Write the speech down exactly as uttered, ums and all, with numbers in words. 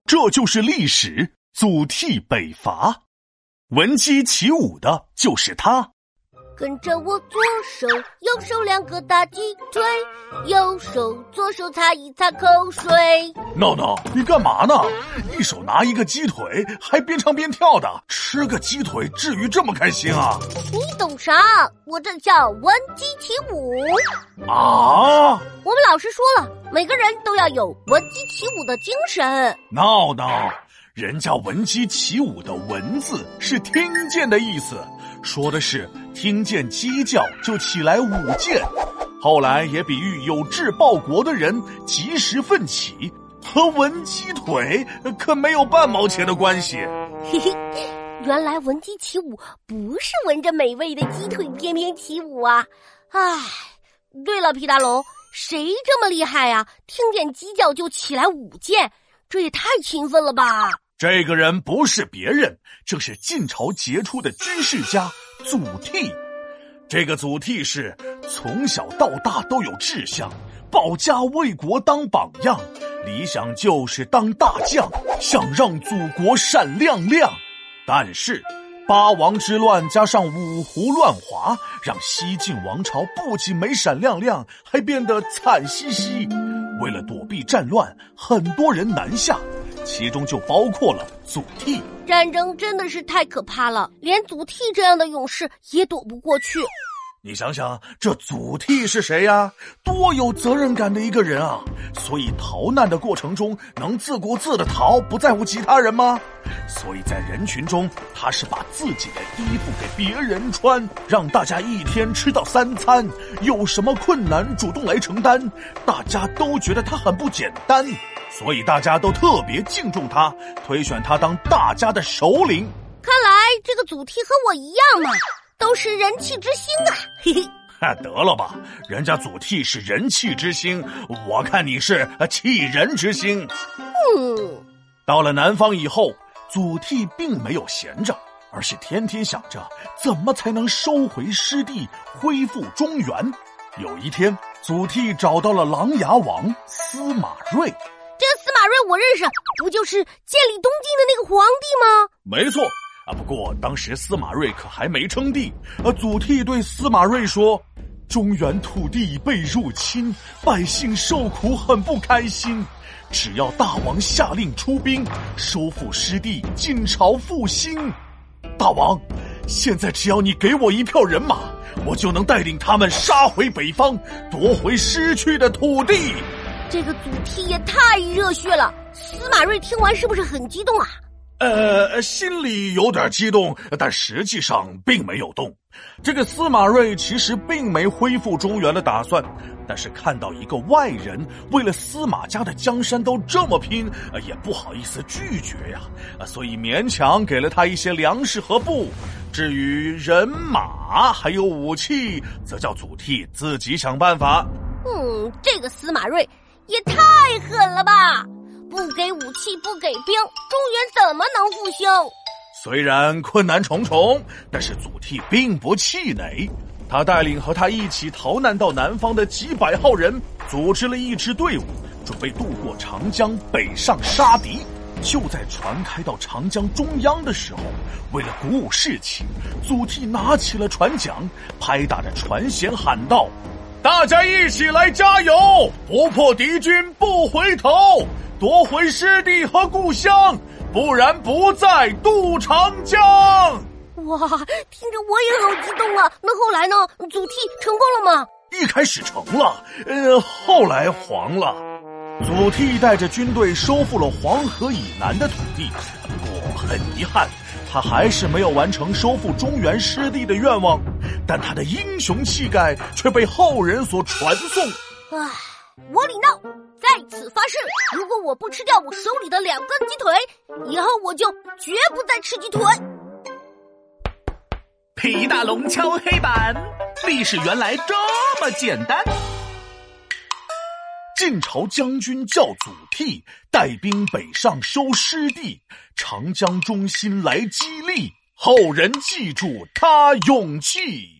这就是历史，祖逖北伐。闻鸡起舞的就是他。 跟着我左手右手两个大鸡腿，右手左手擦一擦口水。 闹闹，你干嘛呢？一手拿一个鸡腿，还边唱边跳的，吃个鸡腿至于这么开心啊？ 你懂啥？我这叫闻鸡起舞啊！ 我们老师说了，每个人都要有闻鸡起舞的精神。 闹闹，人家闻鸡起舞的闻字是听见的意思，说的是听见鸡叫就起来舞剑，后来也比喻有志报国的人及时奋起，和闻鸡腿可没有半毛钱的关系。 嘿嘿，原来闻鸡起舞不是闻着美味的鸡腿翩翩起舞啊！唉，对了，皮大龙，谁这么厉害呀、啊？听见鸡叫就起来舞剑，这也太勤奋了吧！ 这个人不是别人，正是晋朝杰出的军事家祖逖。这个祖逖是从小到大都有志向，保家卫国当榜样，理想就是当大将，想让祖国闪亮亮。但是八王之乱加上五胡乱华，让西晋王朝不仅没闪亮亮，还变得惨兮兮。为了躲避战乱，很多人南下，其中就包括了祖逖。 战争真的是太可怕了，连祖逖这样的勇士也躲不过去。 你想想，这祖逖是谁呀？多有责任感的一个人啊！所以逃难的过程中能自顾自的逃，不在乎其他人吗？所以在人群中，他是把自己的衣服给别人穿，让大家一天吃到三餐，有什么困难主动来承担，大家都觉得他很不简单，所以大家都特别敬重他，推选他当大家的首领。 看来这个祖逖和我一样嘛，都是人气之星啊！嘿嘿， 得了吧，人家祖逖是人气之星，我看你是气人之星。 嗯， 到了南方以后，祖逖并没有闲着，而是天天想着怎么才能收回失地，恢复中原。有一天，祖逖找到了琅琊王司马睿。 这个司马睿我认识，不就是建立东晋的那个皇帝吗？ 没错啊，不过当时司马睿可还没称帝。啊，祖逖对司马睿说：“中原土地被入侵，百姓受苦，很不开心。只要大王下令出兵，收复失地，晋朝复兴。大王，现在只要你给我一票人马，我就能带领他们杀回北方，夺回失去的土地。” 这个祖逖也太热血了，司马睿听完是不是很激动啊？ 呃，心里有点激动，但实际上并没有动。这个司马睿其实并没恢复中原的打算，但是看到一个外人为了司马家的江山都这么拼，也不好意思拒绝呀，所以勉强给了他一些粮食和布。至于人马还有武器，则叫祖逖自己想办法。 嗯，这个司马睿也太狠了吧！不给武器，不给兵，中原怎么能复兴？ 虽然困难重重，但是祖逖并不气馁。他带领和他一起逃难到南方的几百号人，组织了一支队伍，准备渡过长江北上杀敌。就在船开到长江中央的时候，为了鼓舞士气，祖逖拿起了船桨，拍打着船舷喊道：“大家一起来加油！不破敌军不回头，夺回失地和故乡，不然不再渡长江！” 哇，听着我也好激动啊！那后来呢？祖逖成功了吗？ 一开始成了，呃，后来黄了。祖逖带着军队收复了黄河以南的土地，不过很遗憾，他还是没有完成收复中原失地的愿望。但他的英雄气概却被后人所传颂。 唉，我李闹在此发誓，如果我不吃掉我手里的两根鸡腿，以后我就绝不再吃鸡腿。 皮大龙敲黑板，历史原来这么简单。 晋朝将军叫祖逖，带兵北上收失地，长江中心来激励，后人记住他勇气。